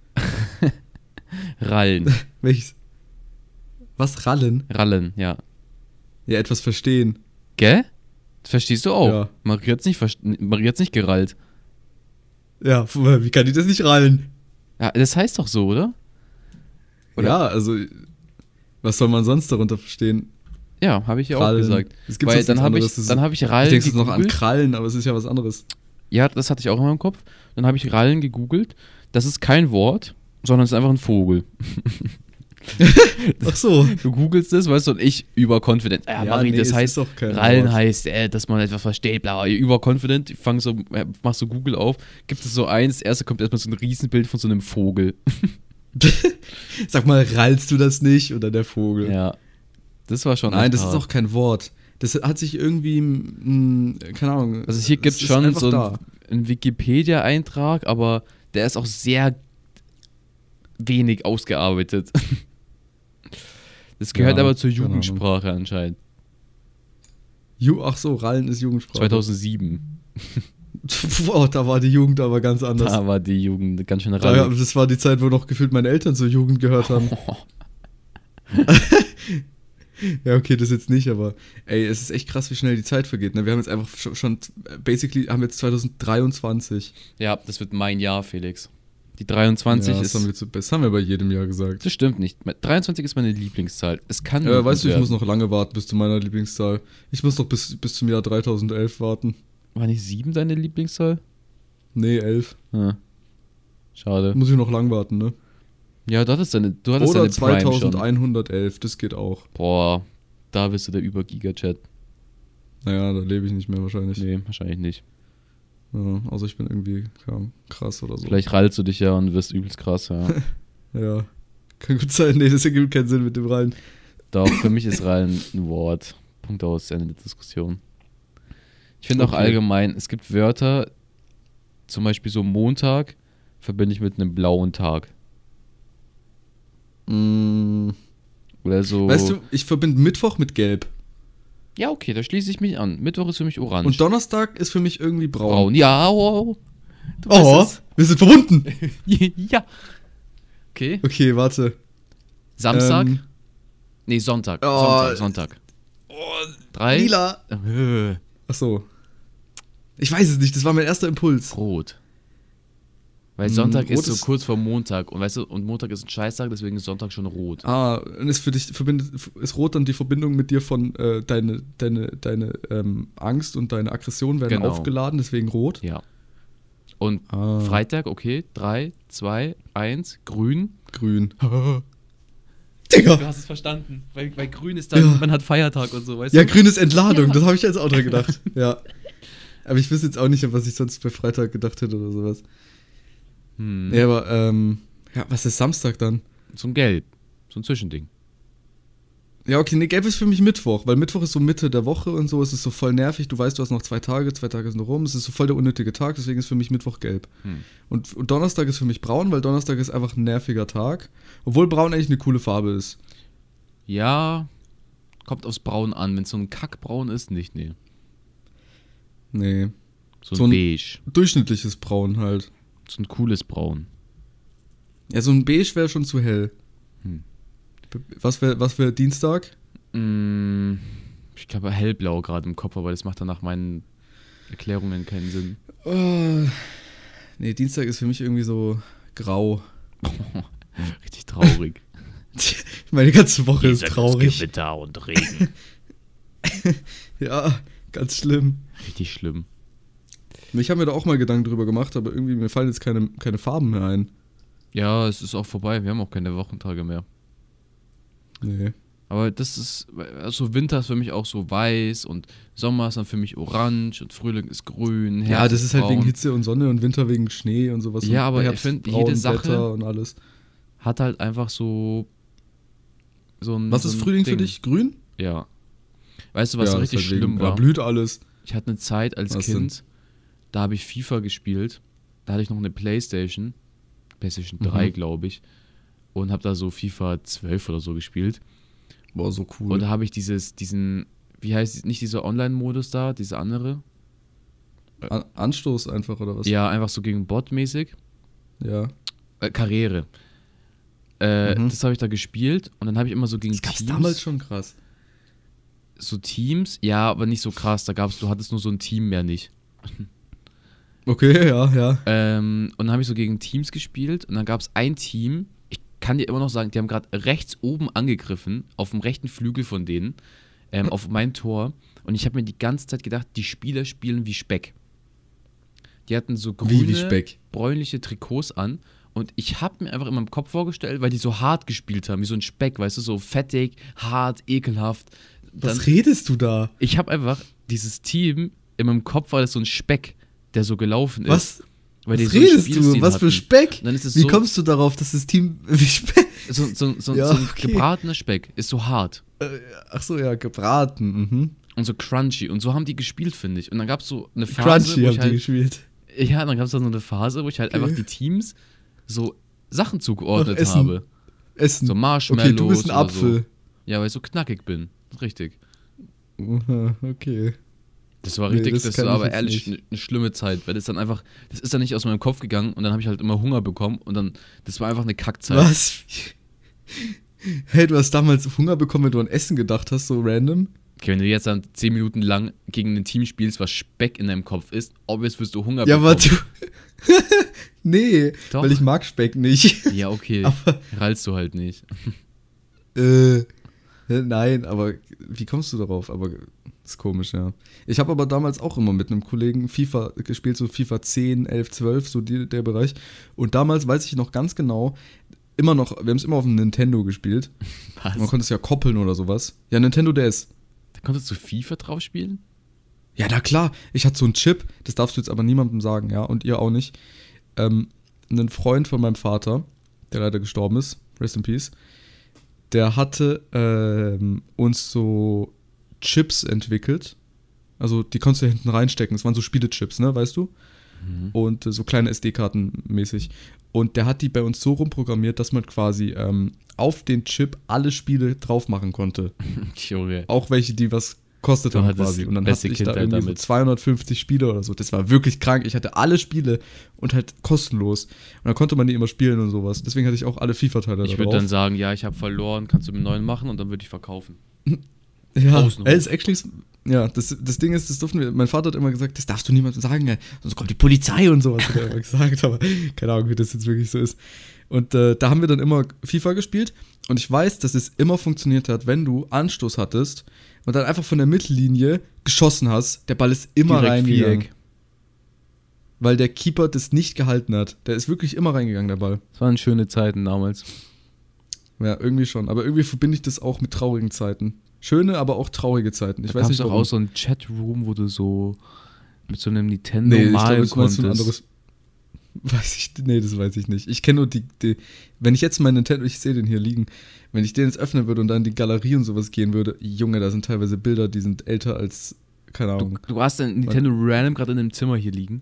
Rallen. Welches? Was, Rallen? Rallen, ja. Ja, etwas verstehen. Gell? Das verstehst du auch. Ja. Marie hat's nicht gerallt. Ja, wie kann die das nicht rallen? Ja, das heißt doch so, oder? Ja, also, was soll man sonst darunter verstehen? Ja, habe ich ja auch gesagt. Weil dann habe ich Rallen gegoogelt. Ich denke noch an Krallen, aber es ist ja was anderes. Ja, das hatte ich auch in meinem Kopf. Dann habe ich Rallen gegoogelt. Das ist kein Wort, sondern es ist einfach ein Vogel. Ach so. Du googelst es, weißt du, und ich überconfident. Marie, das heißt, Rallen Wort. heißt, dass man etwas versteht, bla, überconfident. Ich mach so Google auf, gibt es so eins, das erste kommt erstmal so ein Riesenbild von so einem Vogel. Sag mal, rallst du das nicht? Oder der Vogel? Ja. Das war schon. Nein, das ist auch kein Wort. Das hat sich irgendwie, keine Ahnung. Also hier gibt es schon so einen Wikipedia-Eintrag, aber der ist auch sehr wenig ausgearbeitet. Das gehört aber zur Jugendsprache anscheinend. Ach so, Rallen ist Jugendsprache. 2007. Boah, da war die Jugend aber ganz anders. Da war die Jugend ganz schön Ja, rallig. das war die Zeit, wo noch gefühlt meine Eltern zur Jugend gehört haben. Ja, okay, das jetzt nicht, aber ey, es ist echt krass, wie schnell die Zeit vergeht. Ne? Wir haben jetzt einfach schon basically, haben jetzt 2023. Ja, das wird mein Jahr, Felix. Die 23 Ja, ist... das haben wir bei jedem Jahr gesagt. Das stimmt nicht. 23 ist meine Lieblingszahl. Es kann nur Weißt du, gut ich muss werden. noch lange warten bis zu meiner Lieblingszahl. Ich muss noch bis zum Jahr 3011 warten. War nicht 7 deine Lieblingszahl? Nee, 11. Ah. Schade. Muss ich noch lang warten, ne? Ja, du hattest Oder deine Prime schon. 2111, das geht auch. Boah, da bist du der Über-Giga-Chat. Naja, da lebe ich nicht mehr wahrscheinlich. Nee, wahrscheinlich nicht. Ja, außer ich bin irgendwie krass oder so. Vielleicht rallst du dich ja und wirst übelst krass, ja. Ja, kann gut sein. Nee, das ergibt keinen Sinn mit dem Rallen. Doch, für mich ist Rallen ein Wort. Punkt aus, Ende der Diskussion. Ich finde auch Okay. allgemein, es gibt Wörter, zum Beispiel so Montag, verbinde ich mit einem blauen Tag. Oder so. Weißt du, ich verbinde Mittwoch mit Gelb. Ja, okay, da schließe ich mich an. Mittwoch ist für mich orange. Und Donnerstag ist für mich irgendwie braun. braun. Ja, wow. Du Oh, weißt wir sind verbunden. es. Ja. Okay. Okay, warte. Samstag? Nee, Sonntag. Oh. Sonntag. Oh, 3. lila. Ach so. Ich weiß es nicht, das war mein erster Impuls. Rot. Weil Sonntag Rot ist so ist- kurz vor Montag. Und weißt du, und Montag ist ein Scheißtag, deswegen ist Sonntag schon rot. Und ist für dich ist Rot dann die Verbindung mit dir von deine Angst und deine Aggression werden Genau. aufgeladen, deswegen Rot. Ja. Und Freitag, okay. 3, 2, 1, grün. Grün. Du Digga! hast es verstanden. Weil grün ist dann, Ja. man hat Feiertag und so, weißt Ja, du? grün ist Entladung, Ja. das habe ich jetzt auch dran gedacht. Ja. Aber ich wüsste jetzt auch nicht, was ich sonst bei Freitag gedacht hätte oder sowas. Ja, aber, ja, was ist Samstag dann? So ein Gelb. So ein Zwischending. Ja, okay, nee, Gelb ist für mich Mittwoch, weil Mittwoch ist so Mitte der Woche und so, es ist so voll nervig, du weißt, du hast noch 2 Tage sind rum, es ist so voll der unnötige Tag, deswegen ist für mich Mittwoch gelb. Und Donnerstag ist für mich braun, weil Donnerstag ist einfach ein nerviger Tag, obwohl braun eigentlich eine coole Farbe ist. Ja, kommt aufs Braun an. Wenn es so ein Kackbraun ist, nicht, nee. Nee, So So ein ein- Beige. durchschnittliches Braun halt. So ein cooles Braun. Ja, so ein Beige wäre schon zu hell. Hm. Was wär Dienstag? Ich glaube hellblau gerade im Kopf, aber das macht dann nach meinen Erklärungen keinen Sinn. Nee, Dienstag ist für mich irgendwie so grau. Richtig traurig. Meine ganze Woche ist traurig. Gewitter und Regen. Ja, ganz schlimm. Richtig schlimm. Ich habe mir da auch mal Gedanken drüber gemacht, aber irgendwie mir fallen jetzt keine Farben mehr ein. Ja, es ist auch vorbei. Wir haben auch keine Wochentage mehr. Nee. Aber das ist, also Winter ist für mich auch so weiß und Sommer ist dann für mich orange und Frühling ist grün. Herbst Ja, das ist halt braun. wegen Hitze und Sonne und Winter wegen Schnee und sowas. Ja, und aber ich Herbst, find, braun, jede Sache- Wetter und alles. Hat halt einfach so ein. Was so ist ein Frühling Ding. für dich? Grün? Ja. Weißt du, was ja, richtig ist halt schlimm Ja, war? blüht alles. Ich hatte eine Zeit als Was Kind, da habe ich FIFA gespielt. Da hatte ich noch eine PlayStation 3, glaube ich. Und habe da so FIFA 12 oder so gespielt. Boah, so cool. Und da habe ich diesen, wie heißt es, nicht dieser Online-Modus da, diese andere? Anstoß einfach, oder was? Ja, einfach so gegen Bot-mäßig. Ja. Karriere. Das habe ich da gespielt und dann habe ich immer so gegen Das gab's Teams. damals schon krass. So Teams, ja, aber nicht so krass. Du hattest nur so ein Team mehr nicht. Okay, ja. Und dann habe ich so gegen Teams gespielt und dann gab es ein Team, ich kann dir immer noch sagen, die haben gerade rechts oben angegriffen, auf dem rechten Flügel von denen, auf mein Tor. Und ich habe mir die ganze Zeit gedacht, die Spieler spielen wie Speck. Die hatten so Wie grüne, Speck? bräunliche Trikots an. Und ich habe mir einfach in meinem Kopf vorgestellt, weil die so hart gespielt haben, wie so ein Speck, weißt du, so fettig, hart, ekelhaft. Was redest du da? Ich habe einfach dieses Team, in meinem Kopf war das so ein Speck, der so gelaufen ist. Was? Weil die Was so einen redest du? Spielstil Was für hatten. Speck? Und dann ist es Wie so, kommst du darauf, dass das Team wie Speck? so Ja, ein okay. gebratener Speck ist so hart Ach so, ja, gebraten. Mhm. und so crunchy. Und so haben die gespielt, finde ich. Und dann gab es so eine Phase, Crunchy wo haben ich die halt, gespielt. ja, dann gab es da so eine Phase, wo ich halt Okay. einfach die Teams so Sachen zugeordnet Ach, Essen. habe. Essen. So Marshmallows Okay, du bist ein oder Apfel. So. Ja, weil ich so knackig bin. Richtig. Okay. Das war Nee, richtig, das das kann war ich aber jetzt ehrlich nicht. eine schlimme Zeit, weil das dann einfach, das ist dann nicht aus meinem Kopf gegangen und dann habe ich halt immer Hunger bekommen und dann, das war einfach eine Kackzeit. Was? Hey, du hast damals Hunger bekommen, wenn du an Essen gedacht hast, so random? Okay, wenn du jetzt dann 10 Minuten lang gegen ein Team spielst, was Speck in deinem Kopf ist, obvious wirst du Hunger Ja, bekommen. aber du. Nee, Doch. weil ich mag Speck nicht. Ja, okay, Aber, rallst du halt nicht. nein, aber wie kommst du darauf? Aber ist komisch, ja. Ich habe aber damals auch immer mit einem Kollegen FIFA gespielt, so FIFA 10, 11, 12, so der Bereich. Und damals weiß ich noch ganz genau, immer noch, wir haben es immer auf dem Nintendo gespielt. Was? Man konnte es ja koppeln oder sowas. Ja, Nintendo DS. Da konntest du FIFA drauf spielen? Ja, na klar, ich hatte so einen Chip, das darfst du jetzt aber niemandem sagen, ja, und ihr auch nicht. Ein Freund von meinem Vater, der leider gestorben ist, rest in peace, der hatte uns so Chips entwickelt. Also die konntest du hinten reinstecken, das waren so Spielechips, ne, weißt du? Und so kleine SD-Karten mäßig. Und der hat die bei uns so rumprogrammiert, dass man quasi auf den Chip alle Spiele drauf machen konnte. Junge. Auch welche, die was kostet Du haben hattest quasi. Und dann beste hatte ich da Kindheit irgendwie damit. so 250 Spiele oder so. Das war wirklich krank. Ich hatte alle Spiele und halt kostenlos. Und dann konnte man die immer spielen und sowas. Deswegen hatte ich auch alle FIFA-Teile da Ich drauf. würde dann sagen, ja, ich habe verloren, kannst du mir einen neuen machen und dann würde ich verkaufen. Ja, Außenrum. ist actually, ja, das Ding ist, das durften wir, mein Vater hat immer gesagt, das darfst du niemandem sagen, ey, sonst kommt die Polizei und sowas, hat er immer gesagt, aber keine Ahnung, wie das jetzt wirklich so ist. Und da haben wir dann immer FIFA gespielt und ich weiß, dass es immer funktioniert hat, wenn du Anstoß hattest und dann einfach von der Mittellinie geschossen hast, der Ball ist immer Direkt reingegangen. Viereck. Weil der Keeper das nicht gehalten hat. Der ist wirklich immer reingegangen, der Ball. Das waren schöne Zeiten damals. Ja, irgendwie schon. Aber irgendwie verbinde ich das auch mit traurigen Zeiten. Schöne, aber auch traurige Zeiten. Ich Da weiß gab nicht es auch warum. so einen Chatroom, wo du so mit so einem Nintendo Nee, ich glaube, malen das meinst konntest. du ein anderes. Nee, das weiß ich nicht. Ich kenne nur die. Wenn ich jetzt meinen Nintendo, ich sehe den hier liegen, wenn ich den jetzt öffnen würde und dann in die Galerie und sowas gehen würde, Junge, da sind teilweise Bilder, die sind älter als, keine Ahnung. Du hast ein Nintendo random gerade in einem Zimmer hier liegen.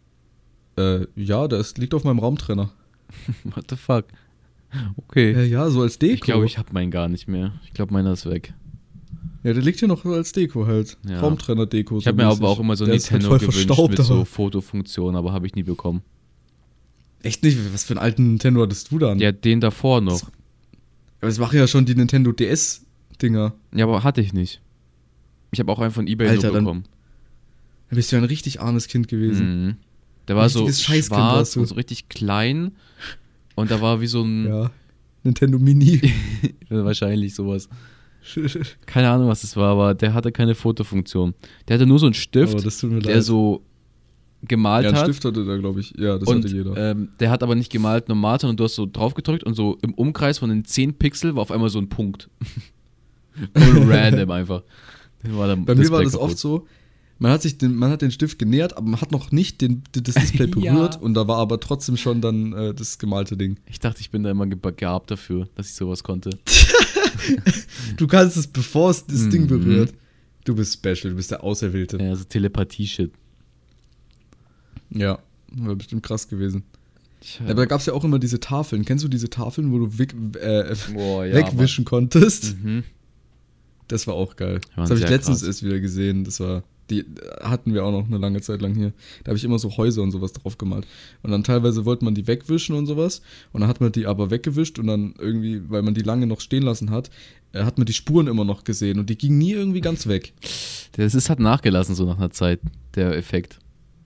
Ja, das liegt auf meinem Raumtrenner. What the fuck? Okay. Ja, so als Deko. Ich glaube, ich habe meinen gar nicht mehr. Ich glaube, meiner ist weg. Ja, der liegt hier noch so als Deko halt. Ja. Raumtrenner-Deko. Ich habe mir aber auch immer so ein Der ist halt Nintendo voll gewünscht verstaubt, mit so aber- Fotofunktion, aber habe ich nie bekommen. Echt nicht? Was für einen alten Nintendo hattest du dann? Ja, den davor noch. Aber das machen ja schon die Nintendo DS-Dinger. Ja, aber hatte ich nicht. Ich habe auch einen von eBay Alter, nur dann- bekommen. Da bist du ja ein richtig armes Kind gewesen. Mhm. Der war so Richtiges Scheißkind schwarz warst du. und so richtig klein. Und da war wie so ein. Ja. Nintendo Mini. Wahrscheinlich sowas. Keine Ahnung, was das war, aber der hatte keine Fotofunktion. Der hatte nur so einen Stift, Aber das tut mir der leid. so gemalt Ja, einen hat. Stift hatte der, glaube ich. Ja, das Und hatte jeder. der hat aber nicht gemalt normal, sondern du hast so drauf gedrückt und so im Umkreis von den 10 Pixel war auf einmal so ein Punkt. Voll random einfach. Bei mir war das oft so, man hat den Stift genähert, aber man hat noch nicht das Display Ja. berührt und da war aber trotzdem schon dann das gemalte Ding. Ich dachte, ich bin da immer gegabt dafür, dass ich sowas konnte. Du kannst es, bevor es das Ding Mhm. berührt. Du bist special, du bist der Auserwählte. Ja, so Telepathie-Shit. Ja, war bestimmt krass gewesen. Aber da gab es ja auch immer diese Tafeln. Kennst du diese Tafeln, wo du Boah, ja, wegwischen konntest? Mhm. Das war auch geil. Die waren Das habe ich sehr letztens krass. erst wieder gesehen. Die hatten wir auch noch eine lange Zeit lang hier. Da habe ich immer so Häuser und sowas drauf gemalt. Und dann teilweise wollte man die wegwischen und sowas. Und dann hat man die aber weggewischt und dann irgendwie, weil man die lange noch stehen lassen hat, hat man die Spuren immer noch gesehen. Und die gingen nie irgendwie ganz weg. Hat nachgelassen so nach einer Zeit, der Effekt.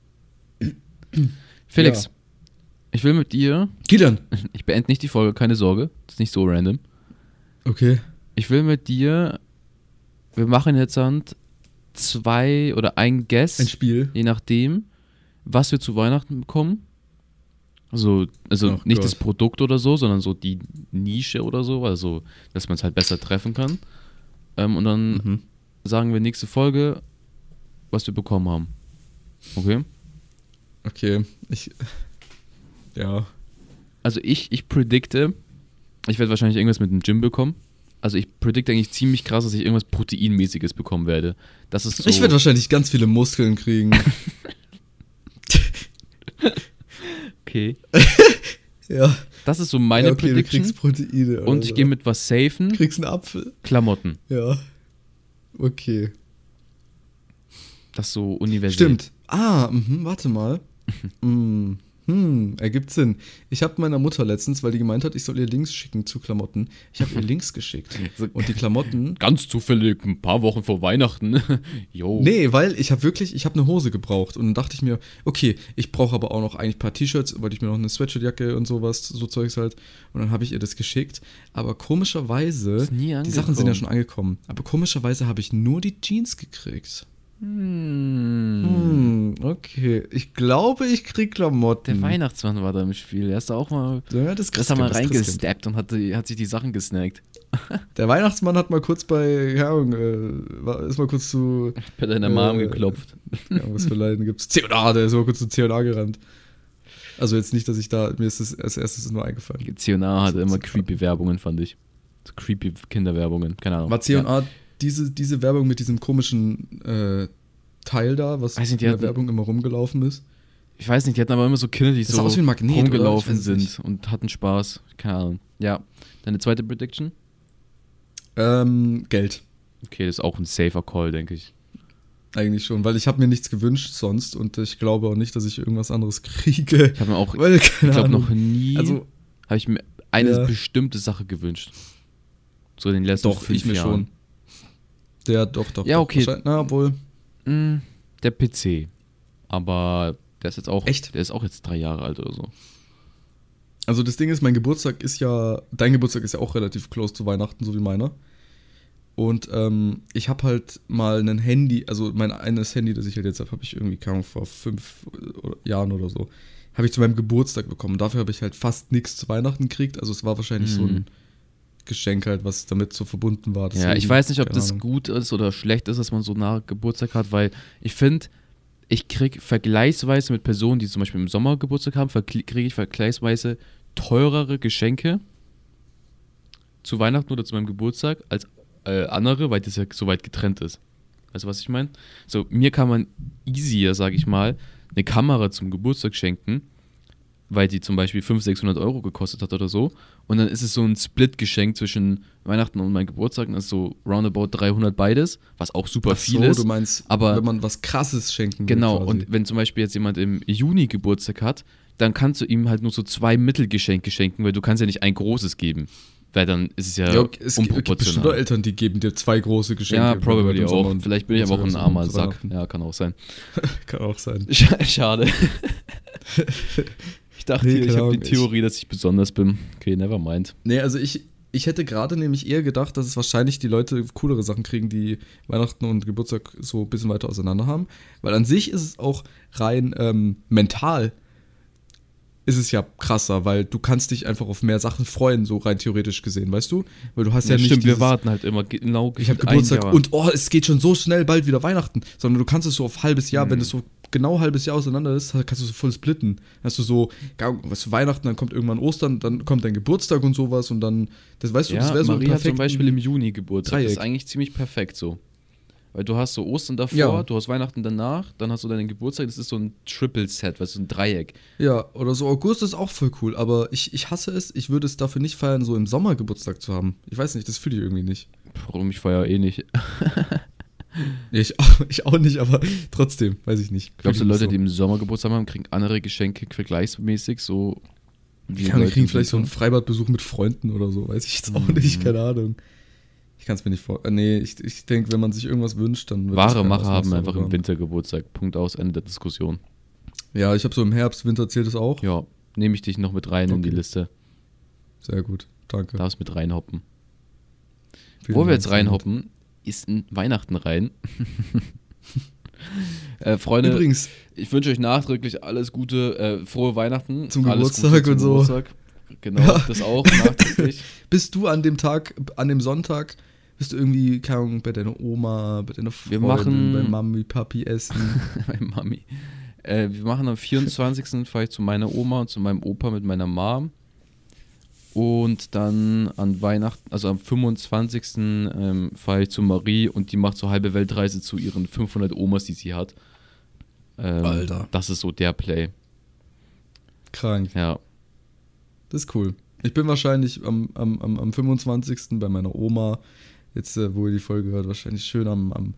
Felix, Ja. ich will mit dir, Kilian! ich beende nicht die Folge, keine Sorge, das ist nicht so random. Okay. Ich will mit dir, wir machen jetzt dann 2 oder ein Guess, Ein Spiel. je nachdem, was wir zu Weihnachten bekommen. Also Oh nicht Gott. das Produkt oder so, sondern so die Nische oder so, also dass man es halt besser treffen kann. Und dann Mhm. sagen wir nächste Folge, was wir bekommen haben. Okay? Okay. Ja. Also ich predikte, ich werde wahrscheinlich irgendwas mit dem Gym bekommen. Also ich predikte eigentlich ziemlich krass, dass ich irgendwas Proteinmäßiges bekommen werde. Das ist so. Ich werde wahrscheinlich ganz viele Muskeln kriegen. Okay. Ja. Das ist so meine ja, okay, du Prediction. kriegst Proteine. Und ich gehe mit was safen. Kriegst einen Apfel. Klamotten. Ja. Okay. Das ist so universell. Stimmt. Warte mal. Ergibt Sinn. Ich habe meiner Mutter letztens, weil die gemeint hat, ich soll ihr Links schicken zu Klamotten. Ich habe ihr Links geschickt. Und die Klamotten... Ganz zufällig, ein paar Wochen vor Weihnachten. Jo. Nee, weil ich habe eine Hose gebraucht. Und dann dachte ich mir, okay, ich brauche aber auch noch eigentlich ein paar T-Shirts, wollte ich mir noch eine Sweatshirtjacke und sowas, so Zeugs halt. Und dann habe ich ihr das geschickt. Aber komischerweise, die Sachen sind ja schon angekommen. Aber komischerweise habe ich nur die Jeans gekriegt. Okay. Ich glaube, ich krieg Klamotten. Der Weihnachtsmann war da im Spiel. Der ist da auch mal, das mal reingesteppt und hat sich die Sachen gesnackt. Der Weihnachtsmann hat mal kurz bei, keine Ahnung, ist mal kurz zu... Bei deiner Mom geklopft. Ja, was für Leiden gibt's? C&A, der ist mal kurz zu C&A gerannt. Also jetzt nicht, dass ich da, mir ist das als erstes nur eingefallen. C&A hatte immer creepy Werbungen, fand ich. So creepy Kinderwerbungen, keine Ahnung. War C&A diese Werbung mit diesem komischen Teil da, was in der Werbung immer rumgelaufen ist? Ich weiß nicht, die hatten aber immer so Kinder, die das so aus wie ein Magnet, rumgelaufen sind und hatten Spaß. Keine Ahnung. Ja. Deine zweite Prediction? Geld. Okay, das ist auch ein safer Call, denke ich. Eigentlich schon, weil ich habe mir nichts gewünscht sonst und ich glaube auch nicht, dass ich irgendwas anderes kriege. Ich habe mir auch, weil, ich glaube noch nie, habe ich mir eine bestimmte Sache gewünscht. So in den letzten 5 Jahren. Doch, ich mir schon. Doch. Ja, okay. Na, wohl. Der PC. Aber der ist jetzt auch, echt? Der ist auch jetzt 3 Jahre alt oder so. Also das Ding ist, dein Geburtstag ist ja auch relativ close zu Weihnachten, so wie meiner. Und ich habe halt mal ein Handy, also mein eines Handy, das ich halt jetzt habe, habe ich irgendwie, keine Ahnung, vor 5 Jahren oder so, habe ich zu meinem Geburtstag bekommen. Dafür habe ich halt fast nichts zu Weihnachten gekriegt. Also es war wahrscheinlich so ein Geschenk halt, was damit so verbunden war. Deswegen, ja, ich weiß nicht, ob das gut ist oder schlecht ist, dass man so nah Geburtstag hat, weil ich finde, ich kriege vergleichsweise mit Personen, die zum Beispiel im Sommer Geburtstag haben, kriege ich vergleichsweise teurere Geschenke zu Weihnachten oder zu meinem Geburtstag als andere, weil das ja so weit getrennt ist. Weißt du, was ich meine? So, mir kann man easier, sage ich mal, eine Kamera zum Geburtstag schenken, weil die zum Beispiel 500-600 Euro gekostet hat oder so. Und dann ist es so ein Split-Geschenk zwischen Weihnachten und meinem Geburtstag. Und das ist so roundabout 300 beides, was auch super viel ist. Du meinst, aber wenn man was Krasses schenken will. Genau, quasi. Und wenn zum Beispiel jetzt jemand im Juni Geburtstag hat, dann kannst du ihm halt nur so 2 Mittelgeschenke schenken, weil du kannst ja nicht ein großes geben. Weil dann ist es ja es gibt bestimmt Eltern, die geben dir 2 große Geschenke. Ja, probably auch. Vielleicht bin ich aber auch ein armer Sack. Ja, kann auch sein. Kann auch sein. Schade. Ich dachte, ich habe die Theorie, dass ich besonders bin. Okay, never mind. Nee, also ich hätte gerade nämlich eher gedacht, dass es wahrscheinlich die Leute coolere Sachen kriegen, die Weihnachten und Geburtstag so ein bisschen weiter auseinander haben. Weil an sich ist es auch rein mental ist es ja krasser, weil du kannst dich einfach auf mehr Sachen freuen, so rein theoretisch gesehen, weißt du? Weil du hast ja nicht stimmt, wir warten halt immer genau. Ich habe Geburtstag und es geht schon so schnell bald wieder Weihnachten, sondern du kannst es so auf halbes Jahr, wenn es so genau halbes Jahr auseinander ist, kannst du so voll splitten. Hast du so, was für Weihnachten, dann kommt irgendwann Ostern, dann kommt dein Geburtstag und sowas und dann, das weißt du, das wäre so Maria hat zum Beispiel im Juni Geburtstag, Dreieck. Das ist eigentlich ziemlich perfekt so. Weil du hast so Ostern davor, du hast Weihnachten danach, dann hast du deinen Geburtstag, das ist so ein Triple-Set, weißt du, ein Dreieck. Ja, oder so August ist auch voll cool, aber ich hasse es, ich würde es dafür nicht feiern, so im Sommer Geburtstag zu haben. Ich weiß nicht, das fühle ich irgendwie nicht. Warum? Ich feiere eh nicht. Ich auch nicht, aber trotzdem, weiß ich nicht. Glaubst du, Leute, die im Sommer Geburtstag haben, kriegen andere Geschenke vergleichsmäßig, so wie die kriegen vielleicht so einen Freibadbesuch mit Freunden oder so, weiß ich jetzt auch nicht, keine Ahnung. Ich kann es mir nicht vorstellen. Nee, ich denke, wenn man sich irgendwas wünscht, dann wird wahre Macher haben einfach im Winter Geburtstag. Punkt aus, Ende der Diskussion. Ja, ich habe so im Herbst, Winter zählt es auch. Ja, nehme ich dich noch mit rein in die Liste. Sehr gut, danke. Darfst mit reinhoppen. Wo wir jetzt reinhoppen, ist in Weihnachten rein. Freunde, übrigens, ich wünsche euch nachträglich alles Gute, frohe Weihnachten. Zum Geburtstag und so. Genau, ja. Das auch nachträglich. Bist du an dem Sonntag, bist du irgendwie, keine Ahnung, bei deiner Oma, bei deiner Freundin, bei Mami, Papi essen? Bei Mami. Wir machen am 24. fahre ich zu meiner Oma und zu meinem Opa mit meiner Mom. Und dann an Weihnachten, also am 25. fahre ich zu Marie und die macht so halbe Weltreise zu ihren 500 Omas, die sie hat. Alter. Das ist so der Play. Krank. Ja. Das ist cool. Ich bin wahrscheinlich am 25. bei meiner Oma, jetzt wo ihr die Folge hört, wahrscheinlich schön am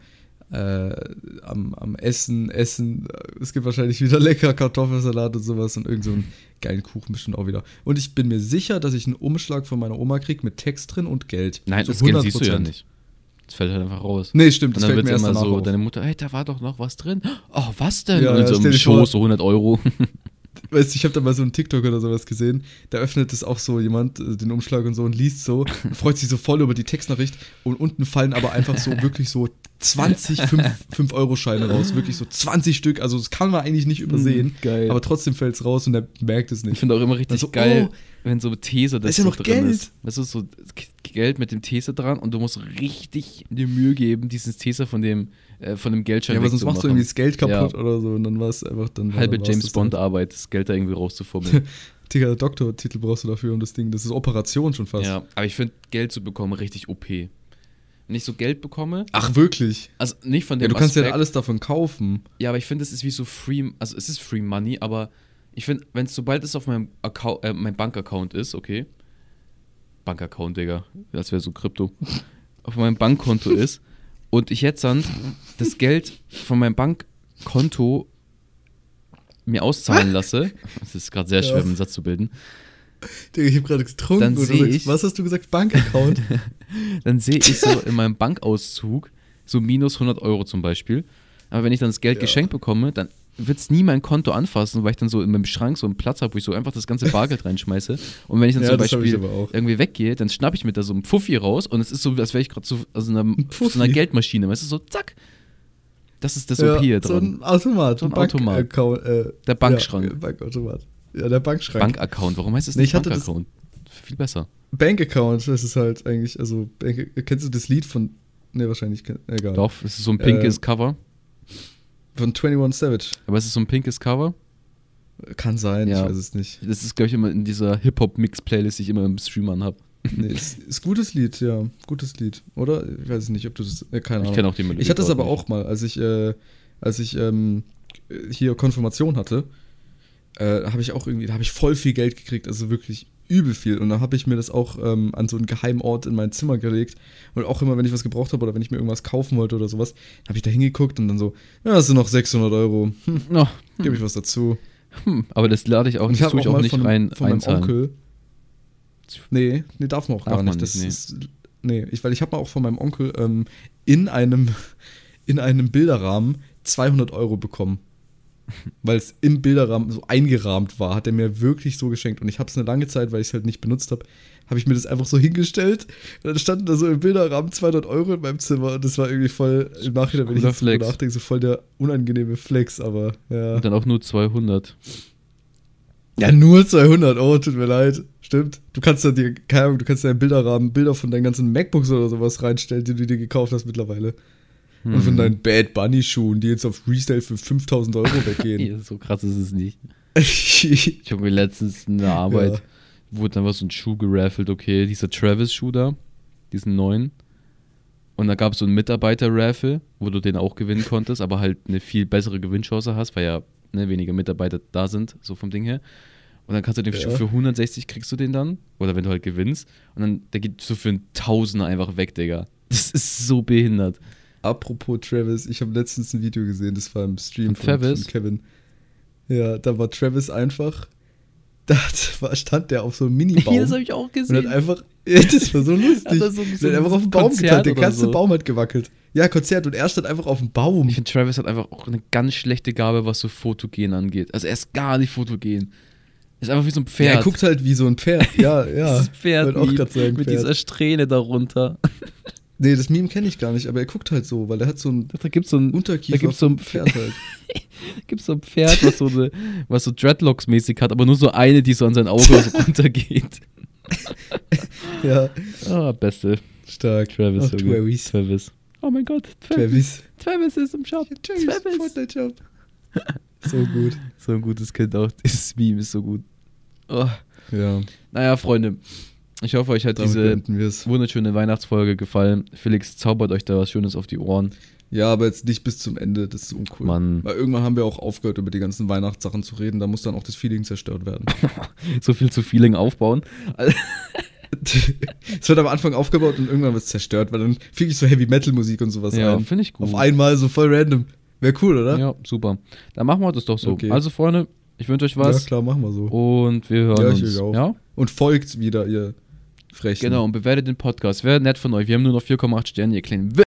am Essen. Es gibt wahrscheinlich wieder lecker Kartoffelsalat und sowas und irgend so einen geilen Kuchen bestimmt auch wieder. Und ich bin mir sicher, dass ich einen Umschlag von meiner Oma kriege mit Text drin und Geld. Nein, so das Geld siehst du ja nicht. Das fällt halt einfach raus. Nee, stimmt, Und das dann fällt wird mir erst immer danach so, auf. deine Mutter, hey, da war doch noch was drin. Oh, was denn? Ja, und ja, so stell im dir vor. Schoß so 100 Euro. Weißt du, ich habe da mal so einen TikTok oder sowas gesehen, da öffnet es auch so jemand den Umschlag und so und liest so, freut sich so voll über die Textnachricht und unten fallen aber einfach so wirklich so 20 5-Euro-Scheine raus, wirklich so 20 Stück, also das kann man eigentlich nicht übersehen, geil. aber trotzdem fällt es raus und er merkt es Ich nicht. finde auch immer richtig Also, geil, wenn so These da ist ja noch drin Geld. ist. Weißt du, so Geld mit dem These dran und du musst richtig dir Mühe geben, dieses These von dem Geldschein Ja, aber sonst machst du irgendwie das Geld kaputt Ja. oder so und dann war es einfach dann. halbe dann war's James das Bond dann. Arbeit, das Geld da irgendwie rauszufummeln. Digga, Doktortitel brauchst du dafür und das Ding, das ist Operation schon fast. Ja, aber ich finde Geld zu bekommen richtig OP. Wenn ich so Geld bekomme, Ach, wirklich? also nicht von dem Ja, du kannst ja Aspekt, alles davon kaufen. ja, aber ich finde, es ist wie so Free, also es ist Free Money, aber ich finde, sobald es auf meinem mein Bankaccount ist, okay, Bankaccount, Digga, das wäre so Krypto, auf meinem Bankkonto ist und ich jetzt dann das Geld von meinem Bankkonto mir auszahlen lasse, das ist gerade sehr schwer, einen Satz zu bilden, Digga, ich hab gerade getrunken. Dann und du seh sagst, ich- was hast du gesagt? Bankaccount? dann sehe ich so in meinem Bankauszug so minus 100 Euro zum Beispiel. Aber wenn ich dann das Geld Ja. geschenkt bekomme, dann wird es nie mein Konto anfassen, weil ich dann so in meinem Schrank so einen Platz habe, wo ich so einfach das ganze Bargeld reinschmeiße. Und wenn ich dann Ja, zum das hab ich Beispiel aber auch. irgendwie weggehe, dann schnappe ich mir da so einen Pfuffi raus und es ist so, als wäre ich gerade so aus einer Pfuffi? Geldmaschine. Weißt du, so zack. Das ist das Ja, OP hier so dran. ein Automat. So ein Bankaccount, Der Bankschrank. Ja, Bankautomat. Ja, der Bankschrank. Bankaccount. Warum heißt das Nee, nicht ich hatte das- Bankaccount? Viel besser. Bankaccount, das ist halt eigentlich, also, kennst du das Lied von, ne, wahrscheinlich, egal. Doch, es ist so ein pinkes Cover. Von 21 Savage. Aber es ist so ein pinkes Cover. Kann sein, Ja. ich weiß es nicht. Das ist, glaube ich, immer in dieser Hip-Hop-Mix-Playlist, die ich immer im Stream anhab. Nee, ist gutes Lied, ja. Gutes Lied. Oder? Ich weiß nicht, ob du das, keine Ahnung. Ich kenne auch die Melodie. Ich hatte das dort aber nicht. auch mal, als ich hier Konfirmation hatte, habe ich auch irgendwie, da habe ich voll viel Geld gekriegt, also wirklich übel viel. Und dann habe ich mir das auch an so einen geheimen Ort in mein Zimmer gelegt. Und auch immer, wenn ich was gebraucht habe oder wenn ich mir irgendwas kaufen wollte oder sowas, habe ich da hingeguckt und dann so, ja, das sind noch 600 Euro. Oh, Gebe ich was dazu. aber das lade ich auch Und nicht, ich habe tue ich auch mal nicht von rein, meinem einzahlen. Onkel. Nee, darf man auch Darf gar man nicht. Das nicht, nee. ist, nee, weil ich habe mal auch von meinem Onkel in einem Bilderrahmen 200 Euro bekommen. Weil es im Bilderrahmen so eingerahmt war, hat er mir wirklich so geschenkt. Und ich habe es eine lange Zeit, weil ich es halt nicht benutzt habe, habe ich mir das einfach so hingestellt. Und dann standen da so im Bilderrahmen 200 Euro in meinem Zimmer. Und das war irgendwie voll, im Nachhinein, wenn ich Cooler jetzt drüber Flex. nachdenke, so voll der unangenehme Flex. Aber ja. Und dann auch nur 200. Ja, nur 200, oh, tut mir leid. Stimmt. Du kannst da dir, keine Ahnung, du kannst da im Bilderrahmen Bilder von deinen ganzen MacBooks oder sowas reinstellen, die du dir gekauft hast mittlerweile. Und von deinen Bad Bunny Schuhen, die jetzt auf Resale für 5.000 Euro weggehen. Nee, so krass ist es nicht. Ich habe mir letztens in der Arbeit, Ja. wurde dann was so ein Schuh geraffelt, okay, dieser Travis-Schuh da, diesen neuen. Und da gab es so einen Mitarbeiter-Raffle, wo du den auch gewinnen konntest, aber halt eine viel bessere Gewinnchance hast, weil ja weniger Mitarbeiter da sind, so vom Ding her. Und dann kannst du den Ja. Schuh für 160 kriegst du den dann, oder wenn du halt gewinnst. Und dann, der geht so für einen Tausender einfach weg, Digga. Das ist so behindert. Apropos Travis, ich habe letztens ein Video gesehen, das war im Stream Von Travis? von Kevin. Ja, da war Travis einfach, da stand der auf so einem Mini-Baum das habe ich auch und hat gesehen. einfach, ja, das war so lustig. Hat er so der hat einfach auf den Baum Konzert geteilt, der oder ganze so? Baum hat gewackelt. Ja, Konzert und er stand einfach auf dem Baum. Ich finde, Travis hat einfach auch eine ganz schlechte Gabe, was so Fotogen angeht. Also er ist gar nicht fotogen. Ist einfach wie so ein Ja, Pferd. er guckt halt wie so ein Pferd. Ja, ja. Dieses Pferd Wollte auch grad sagen, mit Pferd. dieser Strähne darunter. Nee, das Meme kenne ich gar nicht, aber er guckt halt so, weil er hat so einen Da gibt es so ein Unterkiefer da gibt's so ein vom Pferd halt. Pferd, was so Dreadlocks-mäßig hat, aber nur so eine, die so an sein Auge so runtergeht. Ja, Ah, beste. stark. Travis. Ach, Junge. Travis. Travis. Oh mein Gott, Travis. Travis. Travis ist im Shop. Travis, Travis. Fortnite-Job. So gut. So ein gutes Kind auch. Dieses Meme ist so gut. Oh. Ja, Naja, Freunde. Ich hoffe, euch hat damit diese beenden wir es. wunderschöne Weihnachtsfolge gefallen. Felix zaubert euch da was Schönes auf die Ohren. Ja, aber jetzt nicht bis zum Ende, das ist uncool. Mann, Weil irgendwann haben wir auch aufgehört, über die ganzen Weihnachtssachen zu reden, da muss dann auch das Feeling zerstört werden. so viel zu Feeling aufbauen. Es wird am Anfang aufgebaut und irgendwann wird es zerstört, weil dann füge ich so Heavy-Metal-Musik und sowas Ja, ein. finde ich gut. Auf einmal so voll random. Wäre cool, oder? Ja, super. Dann machen wir das doch so. Okay. Also, Freunde, ich wünsche euch was. Ja, klar, machen wir so. Und wir hören Ja, uns. ich auch. Ja? Und folgt wieder, ihr Frechen. Genau, und bewertet den Podcast. Wäre nett von euch. Wir haben nur noch 4,8 Sterne, ihr kleinen